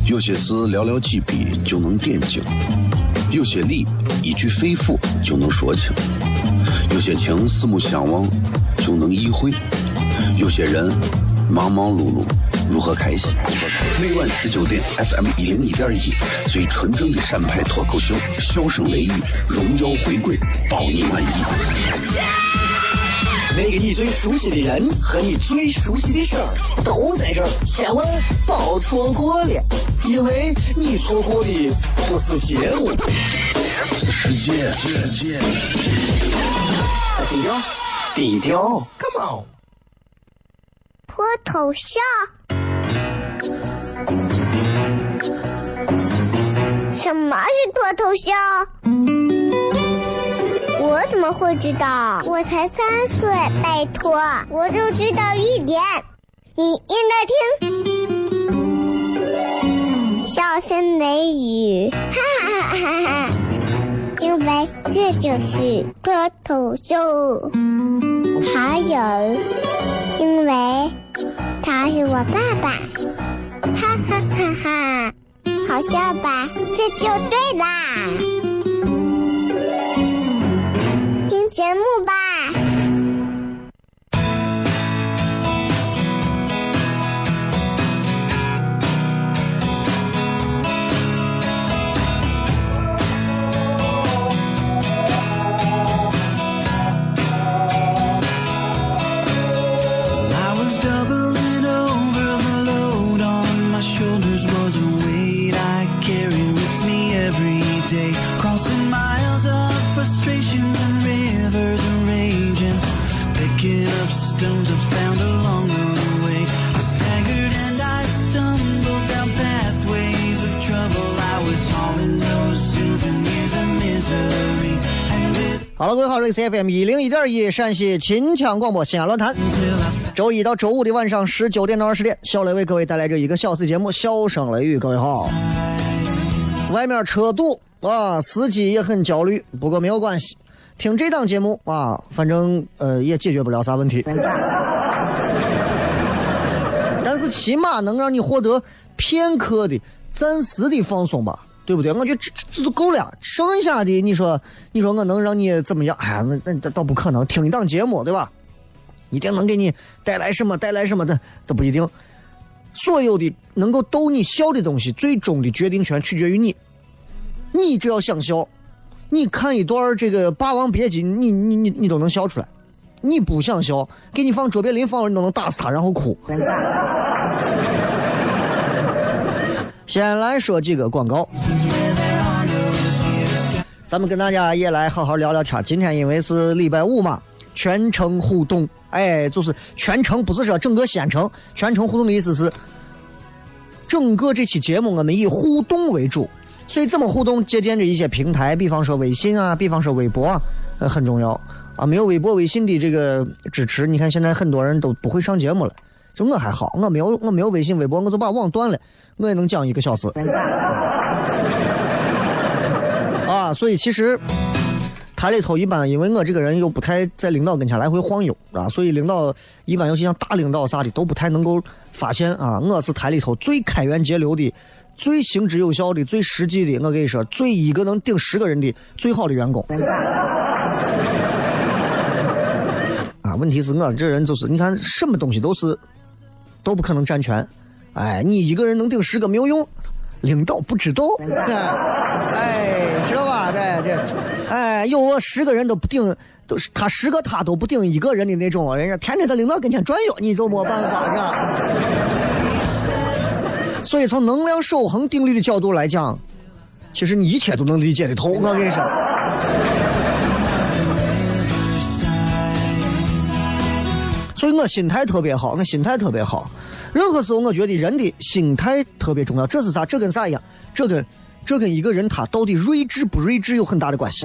有些事寥寥几笔就能点睛，有些理一句肺腑就能说清，有些情四目相望就能意会，有些人忙忙碌碌如何开心。每晚19点 FM101.1，最纯正的陕派脱口秀，笑声雷雨，荣耀回归，保你满意。 那个你最熟悉的人和你最熟悉的事儿都在这儿，千万别错过了，因为你错过的不是节目， 是世界。 低调 ，Come on， 脱头像。什么是脱头像？我怎么会知道？我才3岁，拜托，我就知道一点。你应该听，笑声雷雨，哈哈哈哈哈！因为这就是脱头秀。还有，因为他是我爸爸，哈哈哈哈！好笑吧？这就对啦。听节目吧。 好了，各位好，这里是 FM101.1 陕西秦腔广播西安论坛，周一到周五的晚上19点到20点，小雷为各位带来这一个小时节目，笑声雷雨。各位好，外面车堵啊，司机也很焦虑，不过没有关系，听这档节目啊，反正也解决不了啥问题，但是起码能让你获得片刻的暂时的放松吧，对不对？我觉得这都够了，剩下的你说我能让你怎么样？哎呀，那倒不可能。听一档节目，对吧？一定能给你带来什么的都不一定。所有的能够逗你笑的东西，最终的决定权取决于你。你只要想笑，你看一段这个《霸王别姬》，你都能笑出来。你不想笑，给你放卓别林放人都能打死他，然后哭。先来说几个广告，咱们跟大家也来好好聊聊天。今天因为是礼拜五嘛，全程互动，就是全程，不是说整个县城，全程互动的意思是整个这期节目我们以互动为主，所以怎么互动，借鉴着一些平台，比方说微信啊，比方说微博啊，很重要啊。没有微博微信的这个支持，你看现在很多人都不会上节目了。就我还好，我没有微信微博，我就把网断了，我也能讲1个小时啊。所以其实台里头一般，因为我这个人又不太在领导跟前来回晃悠啊，所以领导一般尤其像大领导啥的都不太能够发现啊。我是台里头最开源节流的，最行之有效的，最实际的，我跟你说，最一个能顶10个人的最好的员工啊。问题是我这人就是你看什么东西都不可能占全，你一个人能顶10个没有用，领导不知道，知道吧？对，有我10个人都不顶，都是他10个他都不顶1个人的那种，人家天天在领导跟前转悠，你就没办法，是吧？所以从能量守恒定律的角度来讲，其实你一切都能理解的透，我跟你说。所以我心态特别好，任何时候我觉得人的心态特别重要。这是啥？这跟啥一样？这跟一个人他到底睿智不睿智有很大的关系。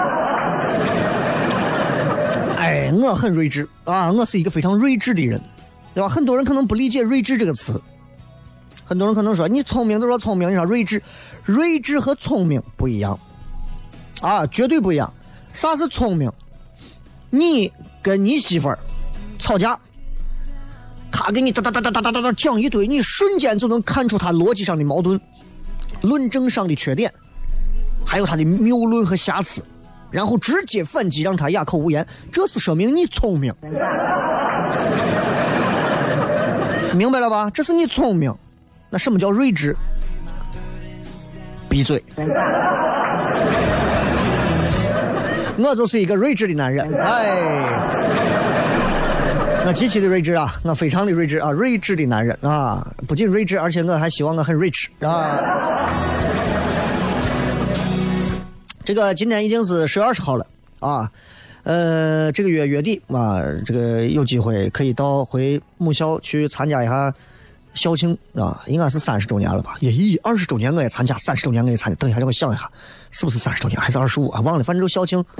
我很睿智啊，我是一个非常睿智的人，对吧？很多人可能不理解睿智这个词，很多人可能说你聪明就说聪明，你说睿智和聪明不一样啊，绝对不一样。啥是聪明？你跟你媳妇儿吵架， 他给你哒讲一堆，你瞬间就能看出他逻辑上的矛盾，论证上的缺点，还有他的谬论和瑕疵，然后直接反击，让他哑口无言。这是说明你聪明，明白了吧？这是你聪明。那什么叫睿智？闭嘴！我就是一个睿智的男人，我极其的睿智啊，我非常的睿智啊，睿智的男人啊，不仅睿智，而且我还希望我很 rich 啊。这个今天已经是10月20号了啊，这个月底啊，这个有机会可以回母校去参加一下校庆啊，应该是30周年了吧？20周年我也参加，30周年我也参加。等一下让我想一下，是不是30周年还是25啊？忘了，反正就校庆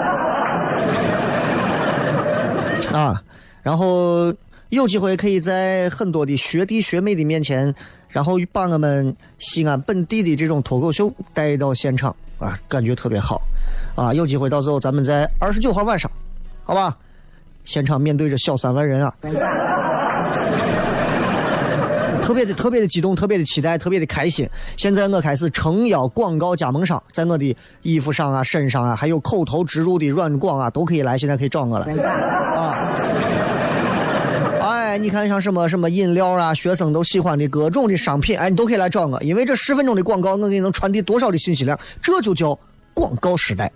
啊。然后有机会可以在很多的学弟学妹的面前，然后把我们西安本地的这种脱口秀带到现场啊，感觉特别好啊！有机会到时候咱们在29号晚上，好吧？现场面对着小3万人啊！特别的激动，特别的期待，特别的开心。现在我开始诚邀广告加盟商，在我的衣服上啊、身上啊，还有口头植入的软广啊，都可以来。现在可以找我了啊！你看像什么饮料啊，学生都喜欢的各种的商品，你都可以来找我，因为这10分钟的广告，我给你能传递多少的信息量，这就叫广告时代。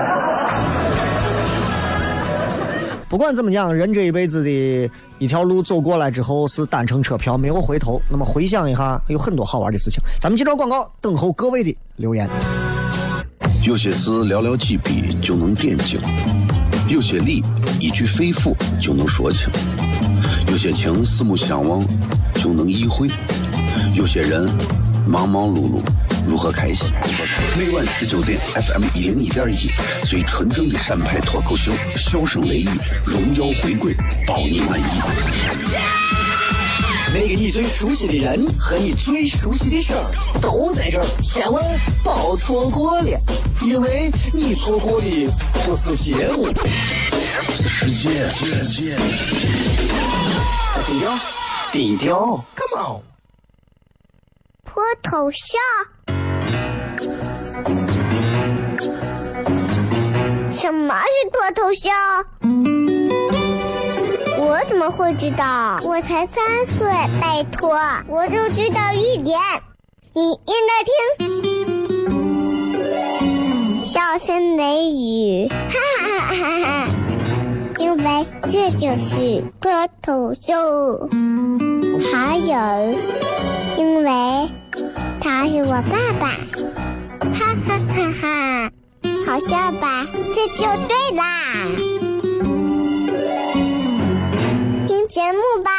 不管怎么样，人这一辈子的一条路走过来之后是单程车票，没有回头。那么回想一下，有很多好玩的事情。咱们接着广告，等候各位的留言。 有些事寥寥几笔就能点睛，有些理一句肺腑就能说清，有些情四目相望就能意会，有些人忙忙碌碌如何开心？每晚19点 FM 101.1，最纯正的陕派脱口秀，笑声雷雨，荣耀回归，保你满意。 那个你最熟悉的人和你最熟悉的事儿都在这儿，千万别错过了，因为你错过的不是节目， 是世界。 低调 ，Come on。 脱头像？什么是脱头像？我怎么会知道？我才3岁，拜托，我就知道一点。你应该听，笑声雷雨，哈哈哈哈哈！因为这就是脱头秀。还有，因为他是我爸爸，哈哈哈哈！好笑吧？这就对啦。节目吧。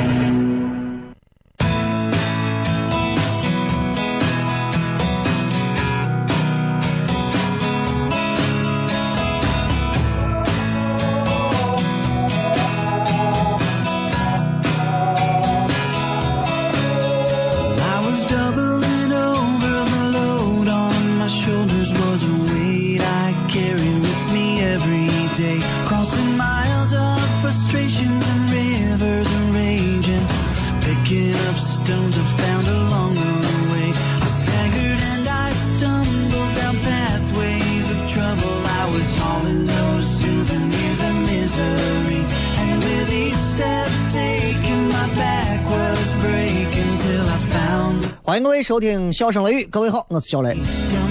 stones are found along the way. I staggered and I stumbled down pathways of trouble. I was hauling those souvenirs of misery, and with each step taken my back was breaking till I found. 欢迎各位收听笑声雷雨，各位好，我是小雷。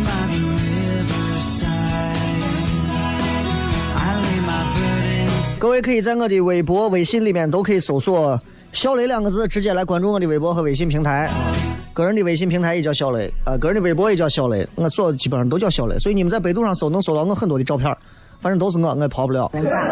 各位可以在我的微博、微信里面都可以搜索小雷2个字，直接来关注我的微博和微信平台。个人的微信平台也叫小雷，个人的微博也叫小雷，我所有基本上都叫小雷，所以你们在百度上搜能搜到我很多的照片，反正都是我也跑不了。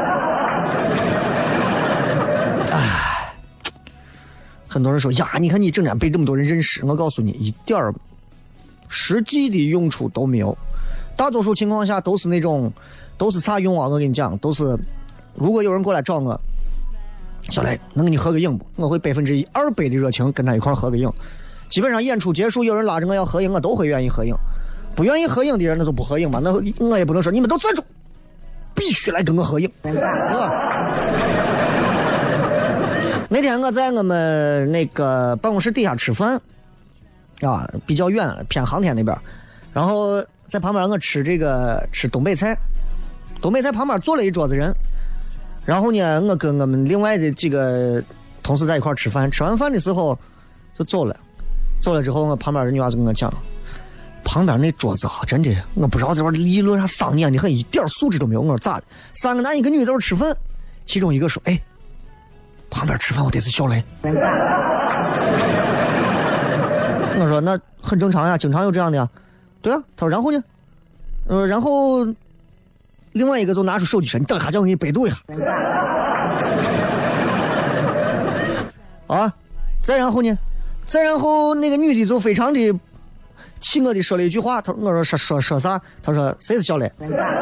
唉，很多人说呀，你看你整天被这么多人认识，我告诉你，一点实际的用处都没有，大多数情况下都是那种，都是啥用啊？我跟你讲，都是，如果有人过来找我。小雷，能跟你合个影不？我会100%、200%的热情跟他一块合个影。基本上演出结束，有人拉着我要合影，我都会愿意合影。不愿意合影的人，那就不合影嘛。那我也不能说你们都站住，必须来跟我合影。 那天我在我们那个办公室底下吃饭啊，比较远，偏航天那边，然后在旁边我吃东北菜，东北菜旁边坐了一桌子人，然后呢我跟我们另外的几个同事在一块吃饭，吃完饭的时候就走了之后，我旁边的女娃子跟我讲，旁边那桌子啊，真的我不知道这边议论啥伤眼的很，一点素质都没有。我说咋的？3个男一个女在这吃饭，其中一个说，哎，旁边吃饭我得是小雷。我说那很正常呀，经常有这样的呀。对啊，他说然后呢？然后另外一个就拿出手机说，你等下叫我给你百度一下。啊，再然后呢？再然后那个女的就非常的气我的说了一句话，我说说啥？他说谁是小雷？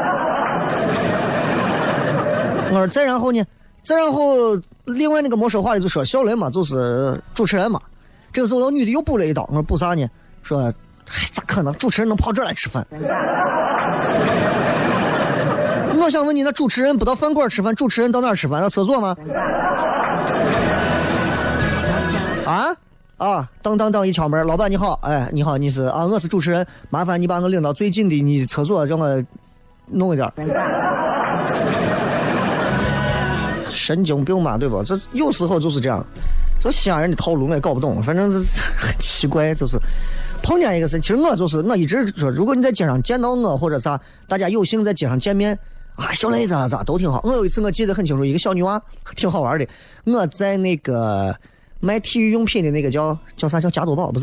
我说再然后呢？再然后另外那个没说话的就说小雷嘛，就是主持人嘛。这个时候女的又补了一刀，我说补啥呢？说哎咋可能？主持人能跑这来吃饭？我想问你，那主持人不到饭馆吃饭，主持人到哪儿吃饭？到厕所吗？等一敲门，老板你好，哎你好，你是啊，我是主持人，麻烦你把我领到最近的你厕所让我弄一点。神经病嘛，对吧？这有时候就是这样，这西安人的套路我也搞不懂，反正是很奇怪，就是碰见一个事，其实我一直说，如果你在街上见到我或者啥，大家有幸在街上见面啊，小雷咋都挺好。我有一次我记得很清楚，一个小女娃挺好玩的，我在那个卖体育用品的那个叫啥，叫加多宝不是？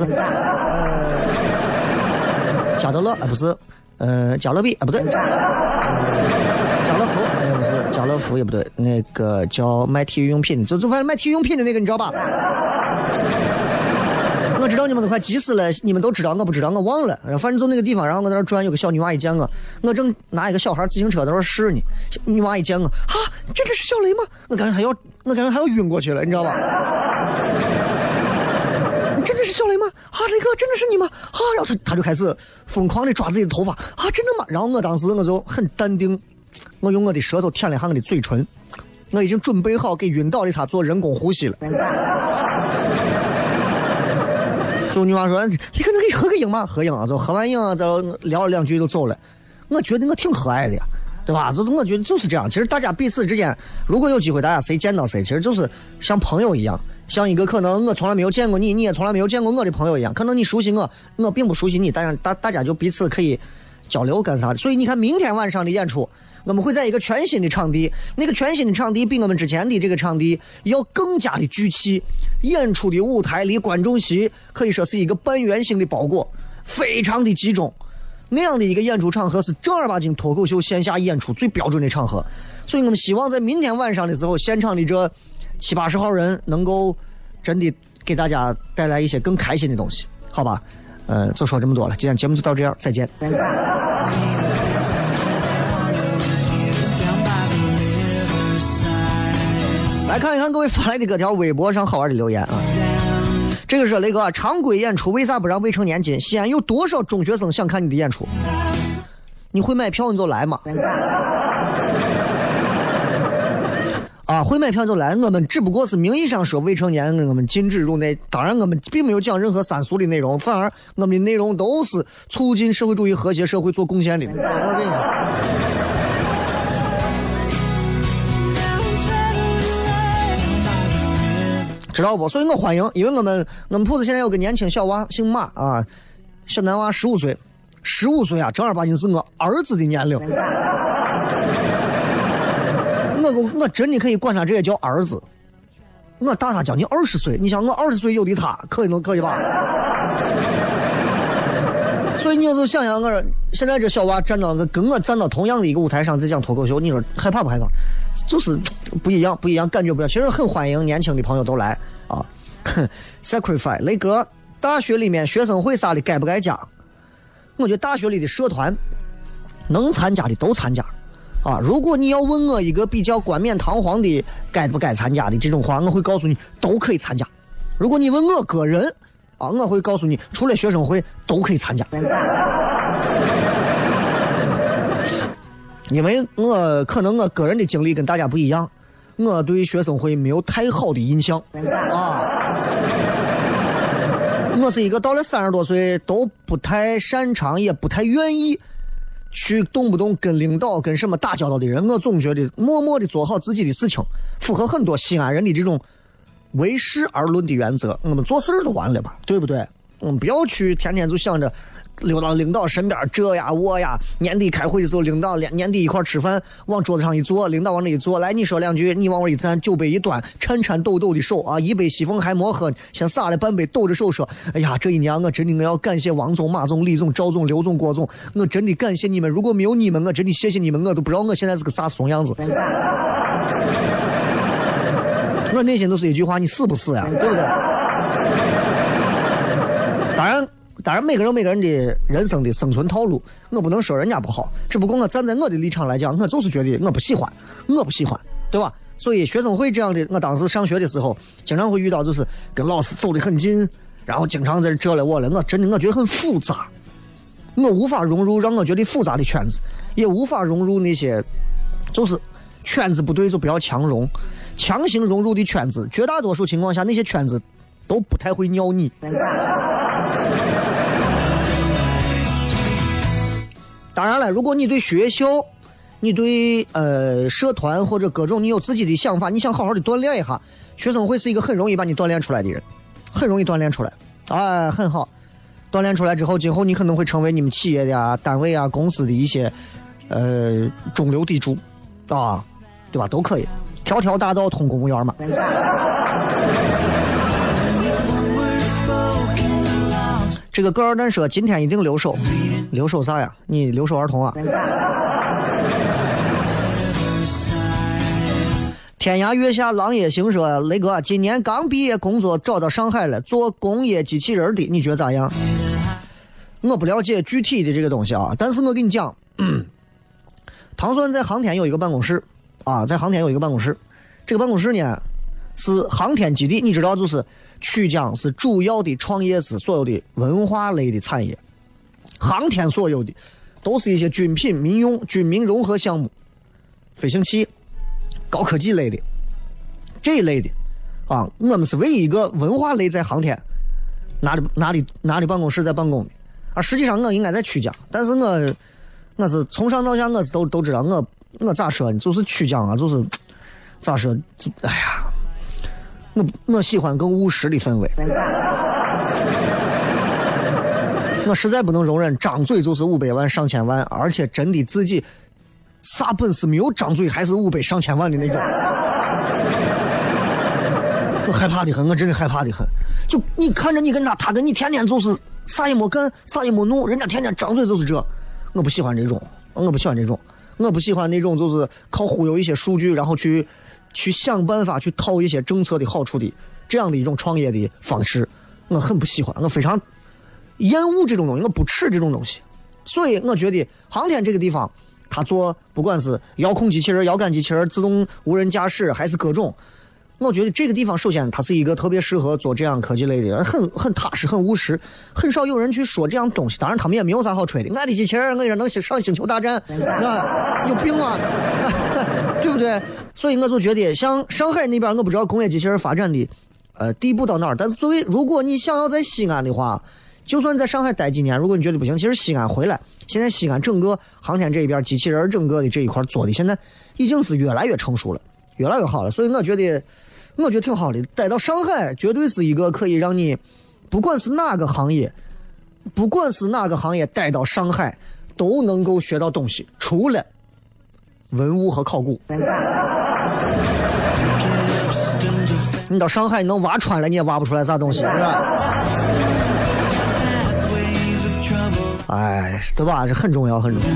加德乐不是？加勒比不对，家乐福不是，家乐福也不对，那个叫卖体育用品的，就反正卖体育用品的那个你知道吧？我知道你们都快急死了，你们都知道我不知道，我忘了，反正就那个地方，然后我在那转，有个小女娃一见我正拿一个小孩自行车在那试呢，女娃一见我，啊，这个是小雷吗？我感觉还要晕过去了，你知道吧？真的是小雷吗？啊，雷哥，真的是你吗？啊，然后他就开始疯狂的抓自己的头发，啊，真的吗？然后我当时我就很淡定，我用我的舌头舔了一下我的嘴唇，我已经准备好给晕倒的他做人工呼吸了。就女娃说：“你可能给你合个影吗？合影啊！”就合完影，就聊了2句就走了。我觉得我挺和蔼的呀，对吧？我觉得就是这样。其实大家彼此之间，如果有机会，大家谁见到谁，其实就是像朋友一样，像一个可能我从来没有见过你，你也从来没有见过我的朋友一样。可能你熟悉我，我并不熟悉你，大家就彼此可以交流干啥的。所以你看，明天晚上的演出，我们会在一个全新的场地，那个全新的场地比我们之前的这个场地要更加的聚气，演出的舞台离观众席可以说是一个半圆形的包裹，非常的集中。那样的一个演出场合是正儿八经脱口秀线下演出最标准的场合，所以我们希望在明天晚上的时候，现场的这70-80号人能够真的给大家带来一些更开心的东西，好吧？就说这么多了，今天节目就到这样，再见。来看一看各位发来的各条微博上好玩的留言啊！这个是雷哥，常规演出为啥不让未成年进？西安有多少中学生想看你的演出？你会买票你就来嘛！啊，会买票就来，我们只不过是名义上说未成年我们禁止入内，当然我们并没有讲任何三俗的内容，反而我们的内容都是促进社会主义和谐社会做贡献的。我跟你讲。知道不？所以我欢迎，因为我们铺子现在有个年轻小娃，姓马啊，小男娃15岁啊，正儿八经是我儿子的年龄。我真的可以管他这也叫儿子，我大他将近20岁，你想我20岁有的他可以吧？所以你要是想想我现在这小娃站到跟我站到同样的一个舞台上在讲脱口秀，你说害怕不害怕？就是不一样，感觉不一样。其实很欢迎年轻的朋友都来啊。Sacrifice 雷哥，大学里面学生会啥的该不该加？我觉得大学里的社团能参加的都参加啊。如果你要问我一个比较冠冕堂皇的该不该参加的这种话，我会告诉你都可以参加。如果你问我个人啊，我会告诉你除了学生会都可以参加。因为可能我个人的经历跟大家不一样， 我对学生会没有太好的印象啊。我是一个到了30多岁都不太擅长也不太愿意去动不动跟领导跟什么打交道的人。我总觉得默默的做好自己的事情符合很多西安人的这种为事而论的原则，我们做事就完了吧，对不对？我们不要去天天就想着溜到领导身边这呀我呀，年底开会的时候领导年底一块吃饭，往桌子上一坐，领导往那一坐，来你说两句，你往我一站，酒杯一端，颤颤抖抖的手啊，一杯西风还没喝，先洒了半杯，抖着手说，哎呀，这一年我真的要感谢王总马总李总赵总刘总郭总，我真的感谢你们，如果没有你们我真的谢谢你们，我都不知道我现在是个啥怂样子。我内心都是一句话，你死不死呀，对不对？当然每个人的人生的生存套路我不能说人家不好，只不过我站在我的立场来讲，我就是觉得我不喜欢，对吧？所以学生会这样的，我当时上学的时候经常会遇到，就是跟老师走得很近，然后经常在这了我了，我真的我觉得很复杂，我无法融入让我觉得复杂的圈子，也无法融入那些就是圈子不对就不要强融，强行融入的圈子，绝大多数情况下那些圈子都不太会尿你。当然了，如果你对学校你对社团或者各种你有自己的想法，你想好好的锻炼一下，学生会是一个很容易把你锻炼出来的人，很容易锻炼出来，哎，很好。锻炼出来之后，今后你可能会成为你们企业的啊、单位啊、公司的一些中流砥柱啊，对吧？都可以，条条大道通公务员嘛。这个个儿蛋说今天一定留守，留守啥呀？你留守儿童啊？天涯月下狼也行说，雷哥今年刚毕业，工作找到上海了，做工业机器人的，你觉得咋样？我不了解具体的这个东西啊，但是我跟你讲，唐酸在航天有一个办公室啊，在航天有一个办公室，这个办公室呢是航天基地，你知道就是曲江是主要的创业是所有的文化类的产业，航天所有的都是一些军品民用军民融合项目，飞行器高科技类的这一类的啊，我们是唯一一个文化类在航天拿的办公室在办公的啊。实际上我应该在曲江，但是我是从上到下我是都知道，我咋说呢，就是曲江啊，就是咋说，哎呀，我喜欢更务实的氛围。我实在不能容忍张嘴就是500万上千万，而且真的自己啥本事没有，张嘴还是500上千万的那种。我害怕的很，我真的害怕的很。就你看着你跟他跟你天天就是啥也没干，啥也没弄，人家天天张嘴就是这，我不喜欢这种，我不喜欢那种就是靠忽悠一些数据，然后去想办法去套一些政策的好处的这样的一种创业的方式，我很不喜欢，我非常厌恶这种东西，我不吃这种东西。所以我觉得航天这个地方，他做不管是遥控机器人、遥感机器人、自动无人驾驶，还是各种，我觉得这个地方首先它是一个特别适合做这样科技类的人，很踏实、很务实，很少有人去说这样东西。当然他们也没有啥好吹的，俺的机器人我也能上星球大战，有病啊，对不对？所以我就觉得像上海那边，我不知道工业机器人发展的地步到哪儿，但是作为如果你想要在西安的话，就算在上海待几年，如果你觉得不行，其实西安回来，现在西安整个航天这一边机器人整个的这一块做的现在已经是越来越成熟了，越来越好了。所以我觉得挺好的。待到上海绝对是一个可以让你不管是哪个行业待到上海都能够学到东西，除了文物和考古。你到上海你能挖穿了，你也挖不出来啥东西，是吧？哎，对吧？这很重要，很重要。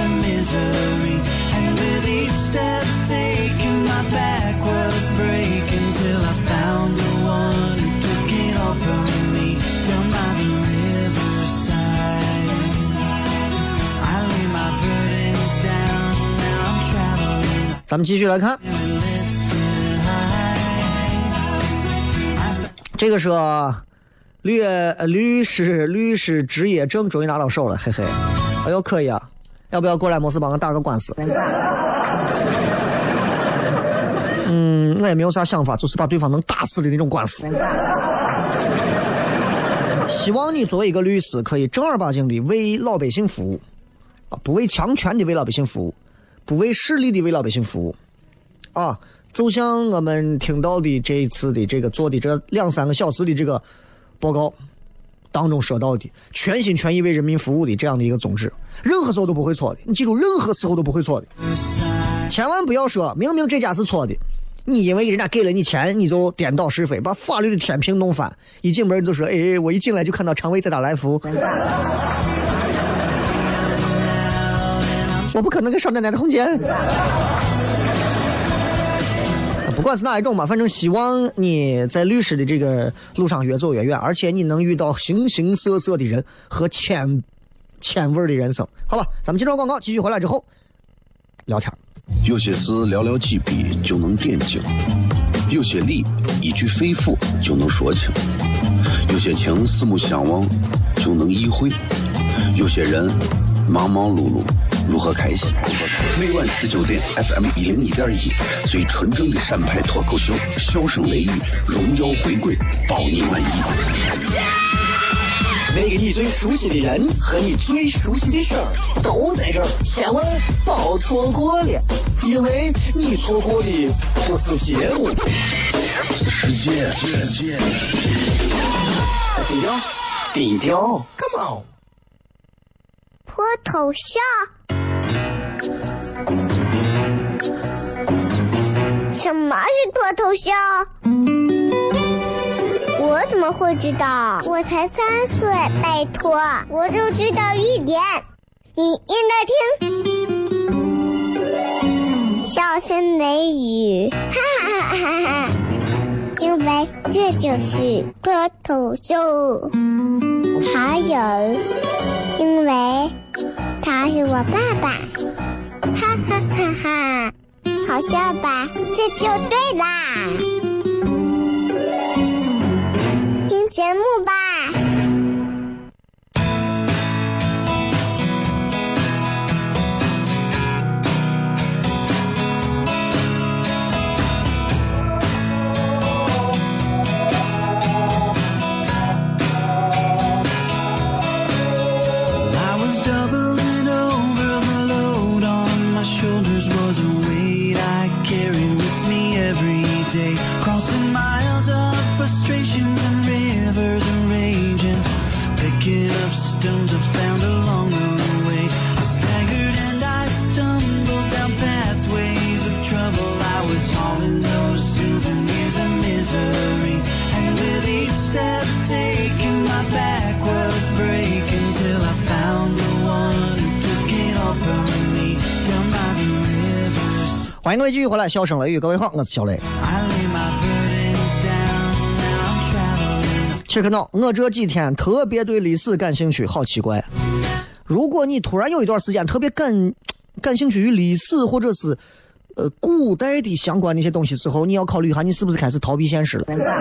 咱们继续来看，这个是律师执业证终于拿到手了，嘿嘿，哎呦可以啊，要不要过来摩斯帮我打个官司？ 我也没有啥想法，就是把对方能打死的那种官司。希望你作为一个律师，可以正儿八经的为老百姓服务，不为强权的为老百姓服务，不为势力的为老百姓服务，就像我们听到的这一次的这个做的这2-3个小时的这个报告当中说到的，全心全意为人民服务的这样的一个宗旨，任何时候都不会错的。你记住，任何时候都不会错的。千万不要说明明这家是错的，你因为人家给了你钱，你就颠倒是非，把法律的天平弄翻。一进门就说，我一进来就看到常委在打来福，我不可能跟少奶奶的空间。不管是哪一种嘛，反正希望你在律师的这个路上越走越远，而且你能遇到形形色色的人和千味的人生。好吧，咱们接着广告，继续回来之后聊天。 有些事寥寥几笔就能点睛，有些理一句肺腑就能说清，有些情四目相望就能意会，有些人忙忙碌碌如何开心。每晚19点 FM101.1，最纯正的陕派脱口秀，笑声雷雨，荣耀回归，保你满意。 那个你最熟悉的人和你最熟悉的事儿都在这儿，千万别错过了，因为你错过的不是节目， 是世界。 低调 Come on。 脱头像。什么是脱头像？我怎么会知道？我才3岁，拜托，我就知道一点。你应该听，笑声雷雨，哈哈哈哈哈！因为这就是脱头秀。还有，因为他是我爸爸，哈哈哈哈！好笑吧？这就对啦。听节目吧。 Crossing miles of frustrations and rivers are raging, picking up stones I found along the way. I staggered and I stumbled down pathways of trouble. I was hauling those souvenirs of misery, and with each step taken my back was breaking till I found the one who took it all from me down by the rivers. 欢迎各位继续回来，笑声雷雨，各位好，我是小雷。切克闹，我这几天特别对历史感兴趣，好奇怪。如果你突然有一段时间特别感兴趣于历史或者是古代的相关的一些东西之后，你要考虑一下，你是不是开始逃避现实了？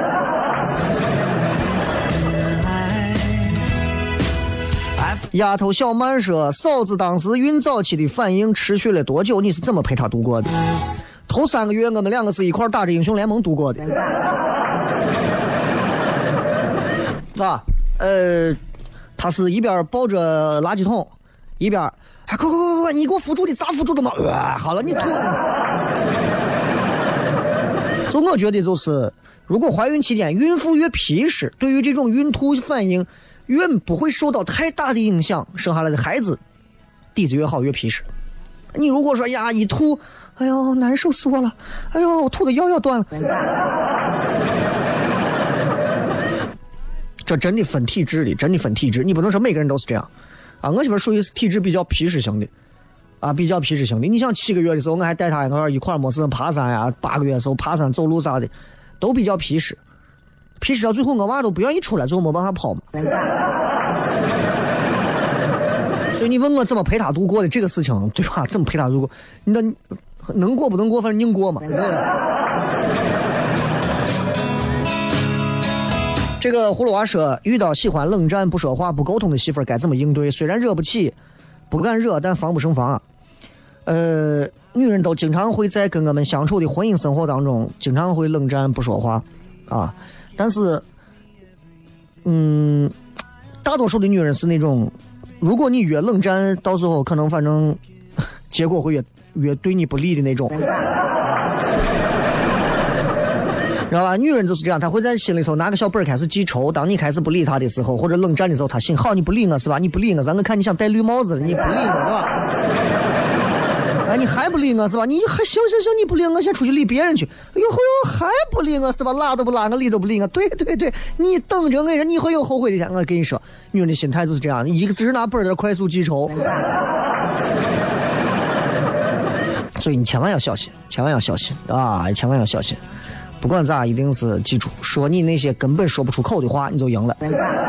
丫头小曼说，嫂子当时孕早期的反应持续了多久？你是怎么陪她度过的？头3个月我们2个是一块打着英雄联盟度过的。他是一边抱着垃圾桶，一边快，你给我辅助的，咋辅助的吗？好了，你吐。就我觉得就是，如果怀孕期间孕妇越皮实，对于这种孕吐反应越不会受到太大的影响，生下来的孩子底子越好，越皮实。你如果说呀一吐，哎呦难受死我了，哎呦我吐的腰要断了。这真的分体质的，真的分体质，你不能说每个人都是这样啊。我媳妇属于体质比较皮实型的啊，比较皮实型的。你像7个月的时候，我还带她一块没事爬山呀，8个月的时候爬山走路啥的，都比较皮实。皮实到最后，我娃都不愿意出来，最后没办法跑嘛。所以你问我怎么陪她度过的这个事情，对吧？怎么陪她度过？你能过不能过，反正硬过嘛。这个葫芦娃说，遇到喜欢冷战不说话不沟通的媳妇儿该怎么应对？虽然惹不起，不敢惹，但防不胜防啊。 女人都经常会在跟我们相处的婚姻生活当中，经常会冷战不说话啊。但是，大多数的女人是那种，如果你越冷战，到最后可能反正结果会越对你不利的那种。知道吧？女人就是这样，她会在心里头拿个小本开始记仇。当你开始不理她的时候，或者冷战的时候，她心好，你不理我是吧？你不理我，我看你想戴绿帽子，你不理我对吧？哎，你还不理我是吧？你还行，你不理我，先出去理别人去。哎呦，还不理我是吧？拉都不拉我，理都不理我。对，你等着我，你会有后悔的一天。我跟你说，女人的心态就是这样，一个只是拿本在快速记仇。所以你千万要小心，啊，千万要小心。不管咋，一定是记住，说你那些根本说不出口的话，你就赢了。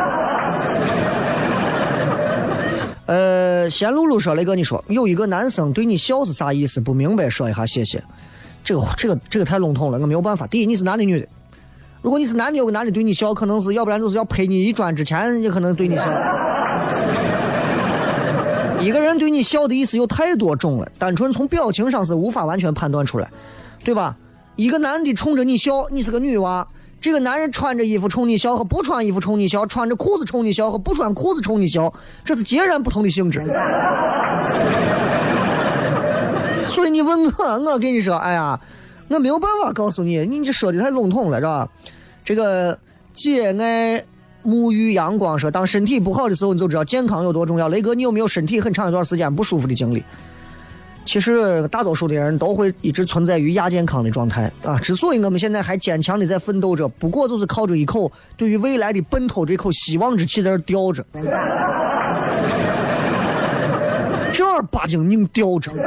贤露露说了一个，你说有一个男生对你笑是啥意思？不明白，说一下谢谢。这个太笼统了，我没有办法。第一，你是男的女的？如果你是男的，有个男的对你笑，可能是要不然就是要陪你一砖之前，也可能对你笑。一个人对你笑的意思有太多种了，单纯从表情上是无法完全判断出来，对吧？一个男的冲着你笑，你是个女娃，这个男人穿着衣服冲你笑和不穿衣服冲你笑，穿着裤子冲你笑和不穿裤子冲你笑，这是截然不同的性质。所以你问我跟你说，哎呀，我没有办法告诉你，你这说的太笼统了，是吧？这个节爱沐浴阳光说，当身体不好的时候，你就知道健康有多重要。雷哥，你有没有身体很长一段时间不舒服的经历？其实大多数的人都会一直存在于亚健康的状态啊。之所以我们现在还坚强的在奋斗着，不过就是靠着一口对于未来的奔头这口希望之气在这吊着，正儿八经硬吊着。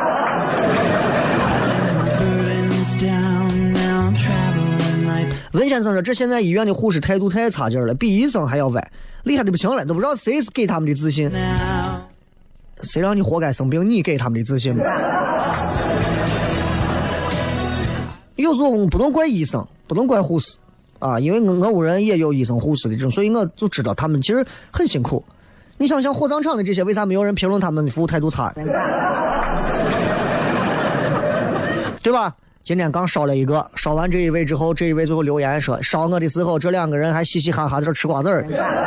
文先生说，这现在医院的护士态度太差劲了，比医生还要歪，厉害的不行了，都不知道谁是给他们的自信。谁让你活该生病？你给他们的自信吗？有时候我们不能怪医生，不能怪护士啊，因为我屋人也有医生护士的这种，所以我就知道他们其实很辛苦。你想想火葬场的这些，为啥没有人评论他们的服务态度差？对吧？今天刚烧了一个，烧完这一位之后，这一位最后留言说，烧我的时候这两个人还嘻嘻哈哈在这吃瓜子儿。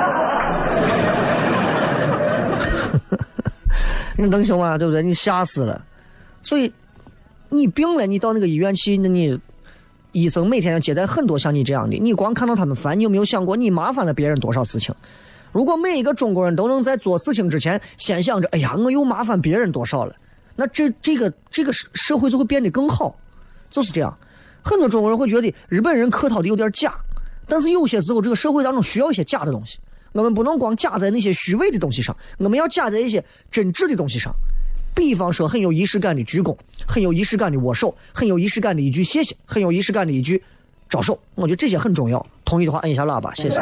你能行吗？对不对？你吓死了。所以你病了，你到那个医院去，那你医生每天要接待很多像你这样的，你光看到他们烦，你有没有想过你麻烦了别人多少事情？如果每一个中国人都能在做事情之前先想着，哎呀，我又麻烦别人多少了，那这个社会就会变得更好。就是这样。很多中国人会觉得日本人客套的有点假，但是有些时候这个社会当中需要一些假的东西，我们不能光假在那些虚伪的东西上，我们要假在一些真挚的东西上。比方说很有仪式感的鞠躬，很有仪式感的握手，很有仪式感的一句谢谢，很有仪式感的一句招手，我觉得这些很重要。同意的话按一下喇叭，谢谢。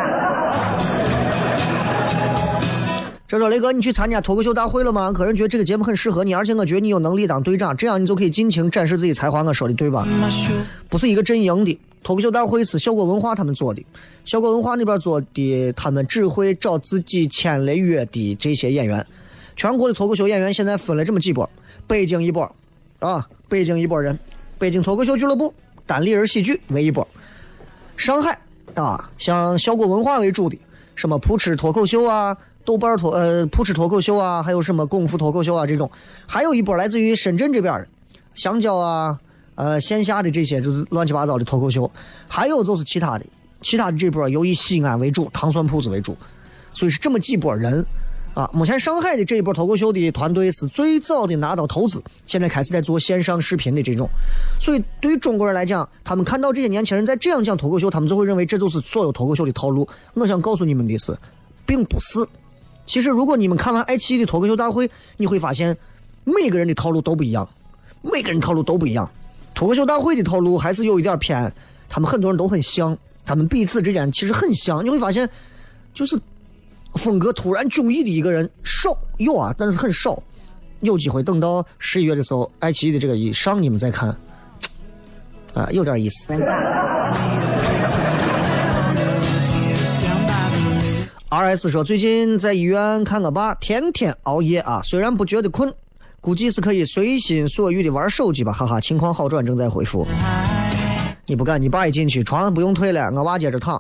这说雷哥，你去参加脱口秀大会了吗？个人觉得这个节目很适合你，而且我觉得你有能力当队长，这样你就可以尽情展示自己才华。我说的对吧？不是一个阵营的脱口秀大会，是效果文化他们做的，效果文化那边做的，他们只会找自己签了约的这些演员。全国的脱口秀演员现在分了这么几波，北京一波啊，北京一波人，北京脱口秀俱乐部、单立人喜剧为一波，上海啊，像效果文化为主的，什么扑哧脱口秀啊。豆瓣扑哧脱口秀啊，还有什么功夫脱口秀啊这种，还有一波来自于深圳这边的香蕉啊，线下的这些就是乱七八糟的脱口秀，还有就是其他的这波由以西安为主，糖蒜铺子为主，所以是这么几波人啊。目前上海的这一波脱口秀的团队是最早的拿到投资，现在开始在做线上视频的这种，所以对于中国人来讲，他们看到这些年轻人在这样讲脱口秀，他们就会认为这就是所有脱口秀的套路。我想告诉你们的是，并不是。其实如果你们看完爱奇艺的脱口秀大会，你会发现每个人的套路都不一样，脱口秀大会的套路还是有一点偏，他们很多人都很像，他们彼此之间其实很像，你会发现就是风格突然迥异的一个人少有啊，但是很少。有机会等到11月的时候，爱奇艺的这个一上你们再看啊，有点意思。RS 说，最近在医院看我爸天天熬夜啊，虽然不觉得困， 估计是可以随心所欲的玩手机吧，哈哈，情况好转，正在恢复。你不干，你爸一进去，床不用退了，我娃接着躺。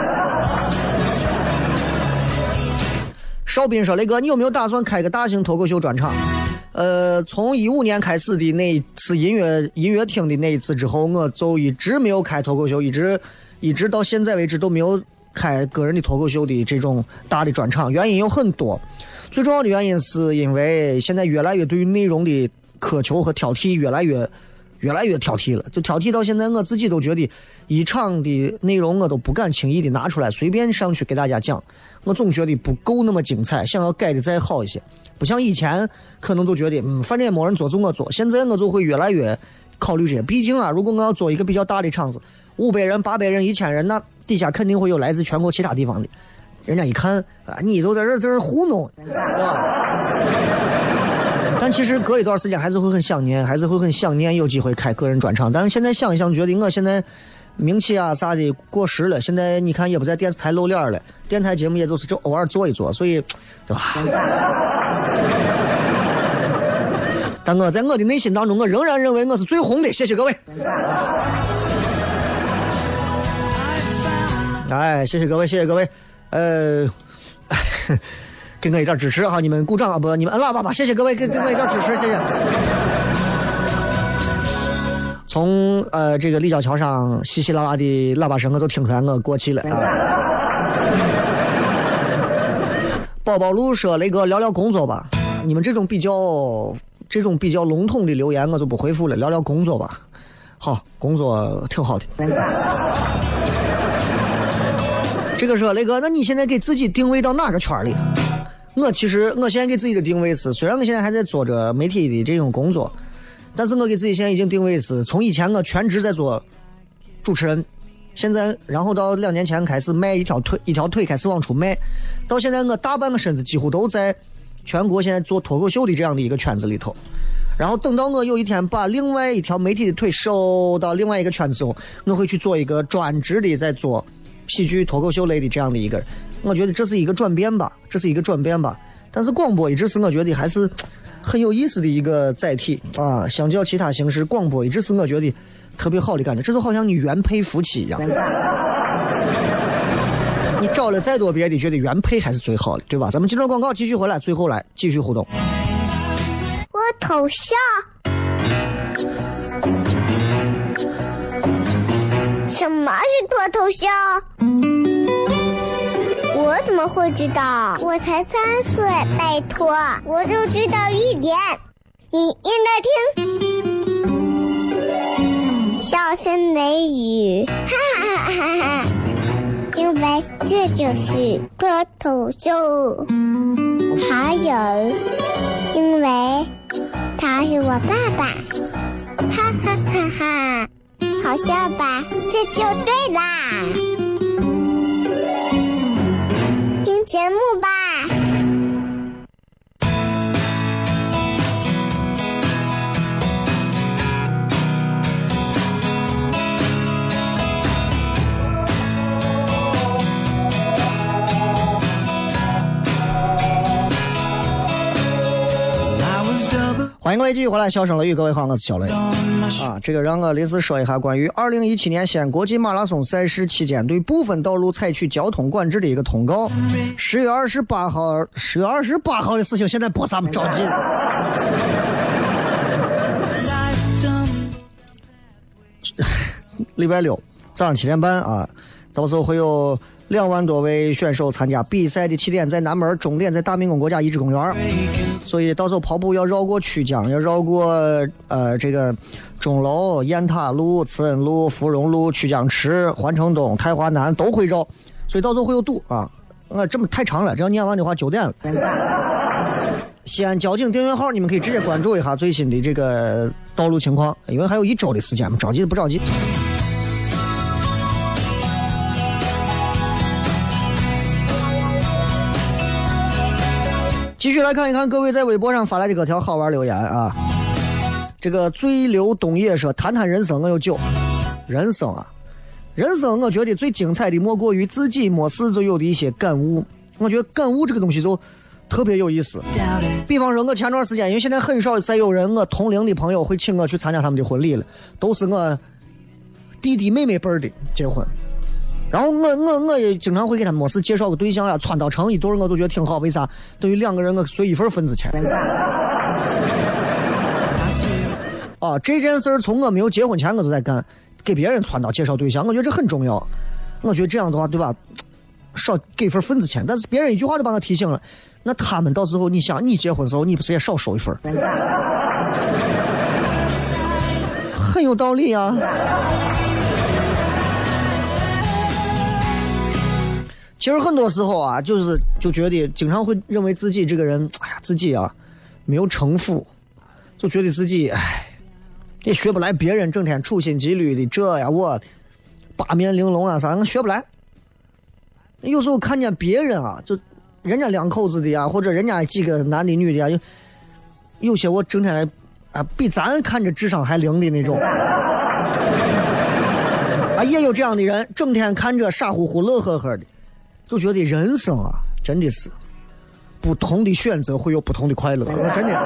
邵斌说：“雷哥，你有没有打算开个大型脱口秀专场？”从15年开始的那一次音乐厅的那一次之后，我就一直没有开脱口秀，一直到现在为止都没有开个人的脱口秀的这种大的专场。原因有很多，最重要的原因是因为现在越来越对于内容的苛求和挑剔越来越挑剔了，就挑剔到现在我自己都觉得一场的内容我都不敢轻易的拿出来随便上去给大家讲，我总觉得不够那么精彩，想要改的再好一些。不像以前可能都觉得反正也没人做就我做，现在我就会越来越考虑这些。毕竟啊，如果我要做一个比较大的场子，500人、800人、1000人，那底下肯定会有来自全国其他地方的人家一看啊，你都在这糊弄，对吧？但其实隔一段时间还是会很想念有机会开个人专场。但是现在想一想，觉得我现在名气啊啥的过时了，现在你看也不在电视台露脸了，电台节目也就是偶尔做一做，所以对吧？但我在我的内心当中，我仍然认为我是最红的，谢谢各位。哎，谢谢各位，谢谢各位，给我一点支持哈，你们鼓掌啊，不，你们摁喇叭吧，谢谢各位，给我一点支持，谢谢。从这个立交桥上稀稀拉拉的喇叭声我都听出来我过气了啊。宝宝路说：“雷哥，聊聊工作吧。”你们这种比较笼统的留言我就不回复了，聊聊工作吧。好，工作挺好的。这个说雷哥，那你现在给自己定位到哪个圈里？我现在给自己的定位是，虽然我现在还在做着媒体的这种工作，但是我给自己现在已经定位是，从以前我全职在做主持人，现在然后到2年前开始迈一条腿开始往出迈，到现在我大半个身子几乎都在全国现在做脱口秀的这样的一个圈子里头。然后等到我有一天把另外一条媒体的腿收到另外一个圈子后，我会去做一个专职的在做喜剧脱口秀类的这样的一个人。我觉得这是一个转变吧，但是广播一直是我觉得还是很有意思的一个载体啊，相较其他形式，广播一直是我觉得特别好的感觉，这就好像你原配夫妻一样。你找了再多别的，觉得原配还是最好的，对吧？咱们接着广告继续回来，最后来继续互动。 我头像什么是脱头像？我怎么会知道？我才3岁，拜托，我就知道一点。你应该听笑声雷雨，哈哈哈哈哈！因为这就是脱头秀。还有，因为他是我爸爸，哈哈哈哈！好笑吧？这就对啦。听节目吧。 欢迎各位继续回来，笑声雷雨，各位好，我是小雷啊。这个让我临时说一下关于2017年西安国际马拉松赛事期间对部分道路采取交通管制的一个通告。10月28号的事情，现在播啥么着急？礼拜六早上7点半啊，到时候会有2万多位选手参加比赛的起点在南门，终点在大明宫国家遗址公园，所以到时候跑步要绕过曲江，要绕过这个钟楼、雁塔路、慈恩路、芙蓉路、曲江池、环城东、太华南都会绕，所以到时候会有堵啊。这么太长了，这要念完的话9点了。西安交警订阅号，你们可以直接关注一下最新的这个道路情况，因为还有1周的时间嘛，着急不着急。继续来看一看各位在微博上发来的各条好玩留言啊。这个追流东野说，谈谈人生我有酒。人生我觉得最精彩的莫过于自己没事就有的一些感悟。我觉得感悟这个东西就特别有意思。比方说我前段时间，因为现在很少再有人我同龄的朋友会请我去参加他们的婚礼了，都是我弟弟妹妹辈的结婚。然后我也经常会给他们没事介绍个对象啊，撺掇成一对，我都觉得挺好。为啥？等于两个人我随一份份子钱。啊，这件事儿从我没有结婚前我都在干，给别人撺掇介绍对象，我觉得这很重要。我觉得这样的话，对吧？少给份份子钱，但是别人一句话就把我提醒了，那他们到时候你想，你结婚的时候你不是也少收一份？很有道理啊。其实很多时候啊，就觉得经常会认为自己这个人，哎呀，自己啊没有城府，就觉得自己也学不来别人整天处心积虑的这呀我八面玲珑啊啥，我学不来。有时候看见别人啊，就人家两口子的呀，或者人家几个男的女的呀，有些我整天比咱看着智商还灵的那种。也有这样的人，整天看着傻乎乎乐呵呵的。就觉得人生啊，真的是不同的选择会有不同的快乐。真的，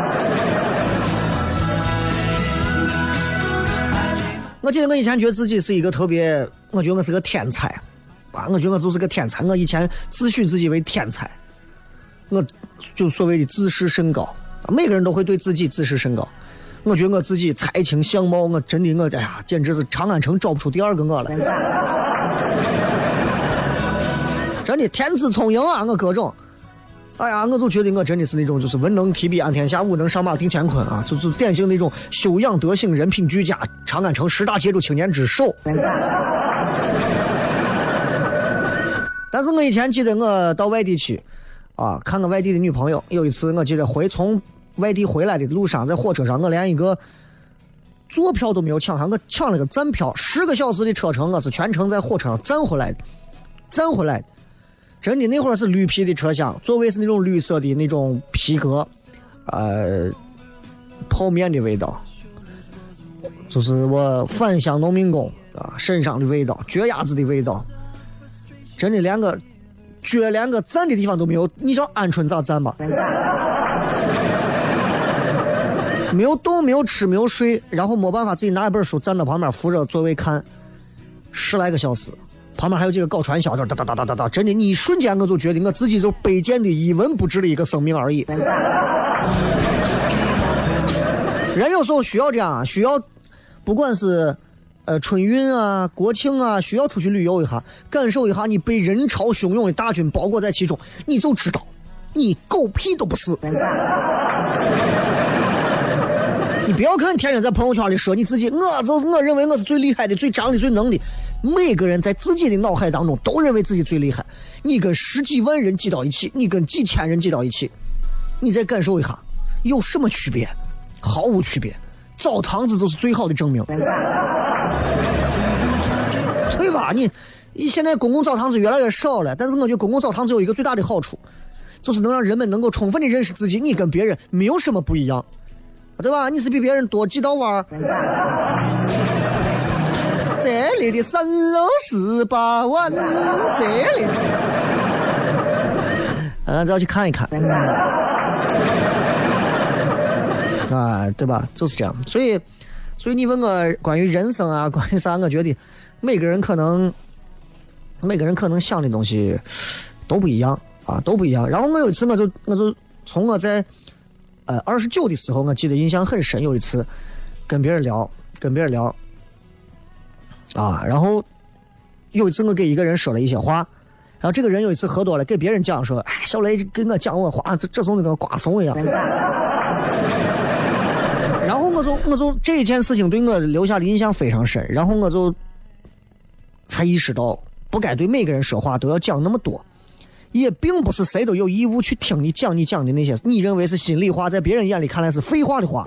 我记得我以前觉得自己是一个特别，我觉得我是个天才啊，我觉得我就是个天才。我以前自诩自己为天才，我就所谓的自视甚高，每个人都会对自己自视甚高。我觉得我自己才情相貌，我真的哎呀，简直是长安城找不出第二个我了。真的天资聪颖啊，我各种，哎呀，我就觉得我真的是那种就是文能提笔安天下，武能上马定乾坤啊，就典型那种修养德行人品俱佳，长安城10大杰出青年之首。但是我以前记得我到外地去啊，看个外地的女朋友，有一次我记得从外地回来的路上，在火车上我连一个坐票都没有抢上，我抢了个站票，10个小时的车程，我是全程在火车上站回来的。真的那会儿是绿皮的车厢，座位是那种绿色的那种皮革，泡面的味道，就是我返乡农民工啊身上的味道，脚丫子的味道，真的连个站的地方都没有。你知道鹌鹑咋站吧？没有动，没有吃，没有睡，然后没办法自己拿一本书站到旁边扶着座位看10来个小时。旁边还有几个搞传销的，哒哒哒哒哒哒，真的，你一瞬间我就觉得我自己就卑贱的一文不值的一个生命而已。人有时候需要这样，需要不管是春运啊、国庆啊，需要出去旅游一下，感受一下你被人潮汹涌的大军包裹在其中，你就知道你狗屁都不是。你不要看天天在朋友圈里说你自己，我认为我是最厉害的、最长的、最能的。每个人在自己的脑海当中都认为自己最厉害。你跟10几万人挤到一起，你跟几千人挤到一起，你再感受一下，有什么区别？毫无区别。澡堂子就是最好的证明，对吧？你现在公共澡堂子越来越少了，但是我觉得公共澡堂子有一个最大的好处，就是能让人们能够充分的认识自己，你跟别人没有什么不一样，对吧？你是比别人多几道弯。这里的3楼18万，这里要去看一看啊，对吧？就是这样。所以你问我关于人生啊，关于啥，我觉得每个人可能想的东西都不一样啊，都不一样。然后我有一次我就从我在29的时候，我记得印象很深。有一次跟别人聊啊，然后有一次我给一个人说了一些话，然后这个人有一次喝多了给别人讲说，哎，小雷跟我讲我话，这怂的跟瓜怂一样。然后我就这一件事情对我留下的印象非常深，然后我就才意识到不该对每个人说话都要讲那么多，也并不是谁都有义务去听你讲的那些你认为是心里话，在别人眼里看来是废话的话。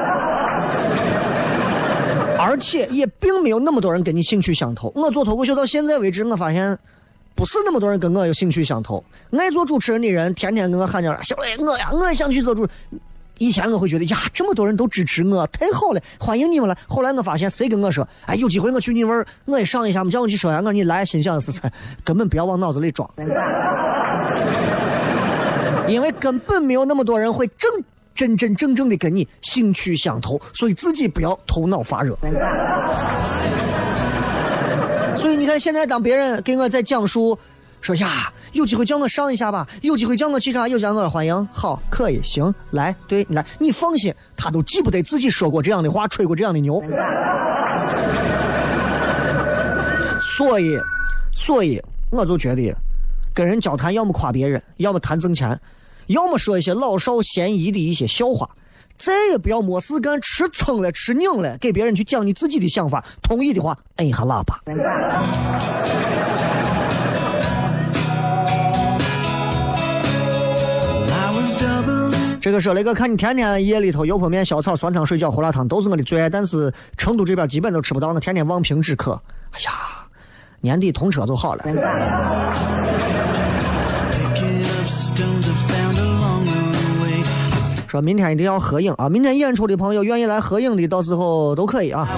而且也并没有那么多人跟你兴趣相投。我做脱口秀到现在为止，我发现不是那么多人跟我有兴趣相投。爱做主持人的人天天跟我喊着，小雷我也想去做主。以前我会觉得呀，这么多人都支持我，太好了，欢迎你们了。后来我发现谁跟我说，哎，有机会我去你那儿我也上一下，叫我去说呀，我说你来，心想是根本不要往脑子里装。 因为根本没有那么多人会真正的跟你兴趣相投，所以自己不要头脑发热。所以你看，现在当别人给我在讲述说呀，有机会叫我上一下吧，有机会叫我去啥，有叫我欢迎，好，可以，行，来，对，你来，你放心，他都记不得自己说过这样的话，吹过这样的牛。所以我就觉得跟人交谈，要么夸别人，要么谈挣钱，要么说一些老少咸宜的一些笑话，再也不要没事干吃蹭了吃拧了，给别人去讲你自己的想法，同意的话摁一下喇叭。这个说了一个，看你天天夜里头油泼面、小炒、酸汤、水饺、胡辣汤都是我的最爱，但是成都这边基本都吃不到，呢天天望平止渴。哎呀，年底通车就好了。说明天一定要合影啊！明天演出的朋友愿意来合影的，到时候都可以啊。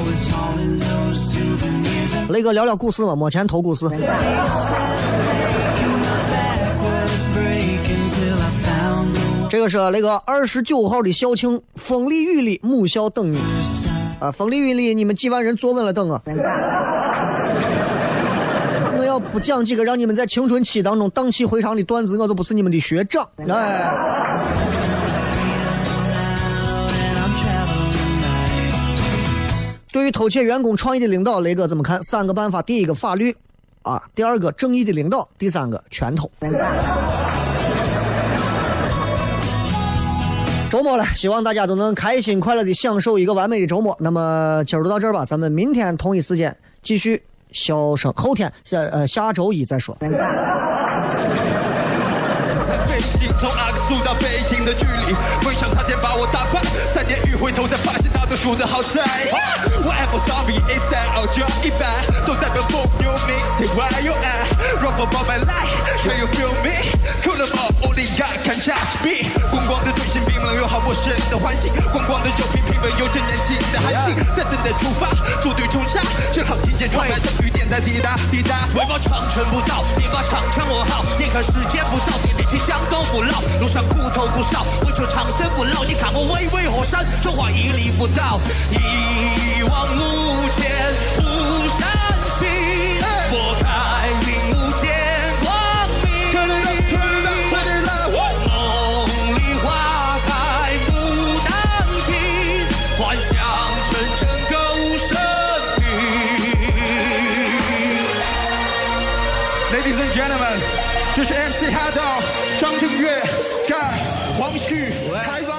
雷哥聊聊股市嘛，没钱投股市。这个是那个29号的校庆，风里雨里母校等你啊！风里雨里你们几万人坐稳了等啊！我要不讲几个让你们在青春期当中荡气回肠的段子，我就不是你们的学长。哎，对于偷窃员工创意的领导，雷哥怎么看？3个办法：第一个法律啊，第2个正义的领导，第3个拳头。周末了，希望大家都能开心快乐的享受一个完美的周末。那么今儿就到这儿吧，咱们明天同一时间继续笑声，后天下周一再说。 从阿克苏到北京的距离，梦想差点把我打败，3年一回头才发现大多数的好在。我 Apple Zombie ASAP 就100都代表 boom new mixtape where you at run for my life can you feel me cool them up only God can judge me 光光的队形冰冷又好陌生的环境，光光的酒瓶平稳有着年轻的寒气，在等待出发组队冲杀，正好听见窗外的雨点在滴答滴答，为我长城不倒，你把长枪我好，眼看时间不早，天天气江东不老，路上苦头不少，为求长生不老，你看我巍巍火山，说话屹立不倒，一往无前不闪息，拨开云雾见光明，梦里花开不当庭，幻想成真够生命。 Ladies and gentlemen， 这是 MC 哈道、张震岳、干、黄旭、开完。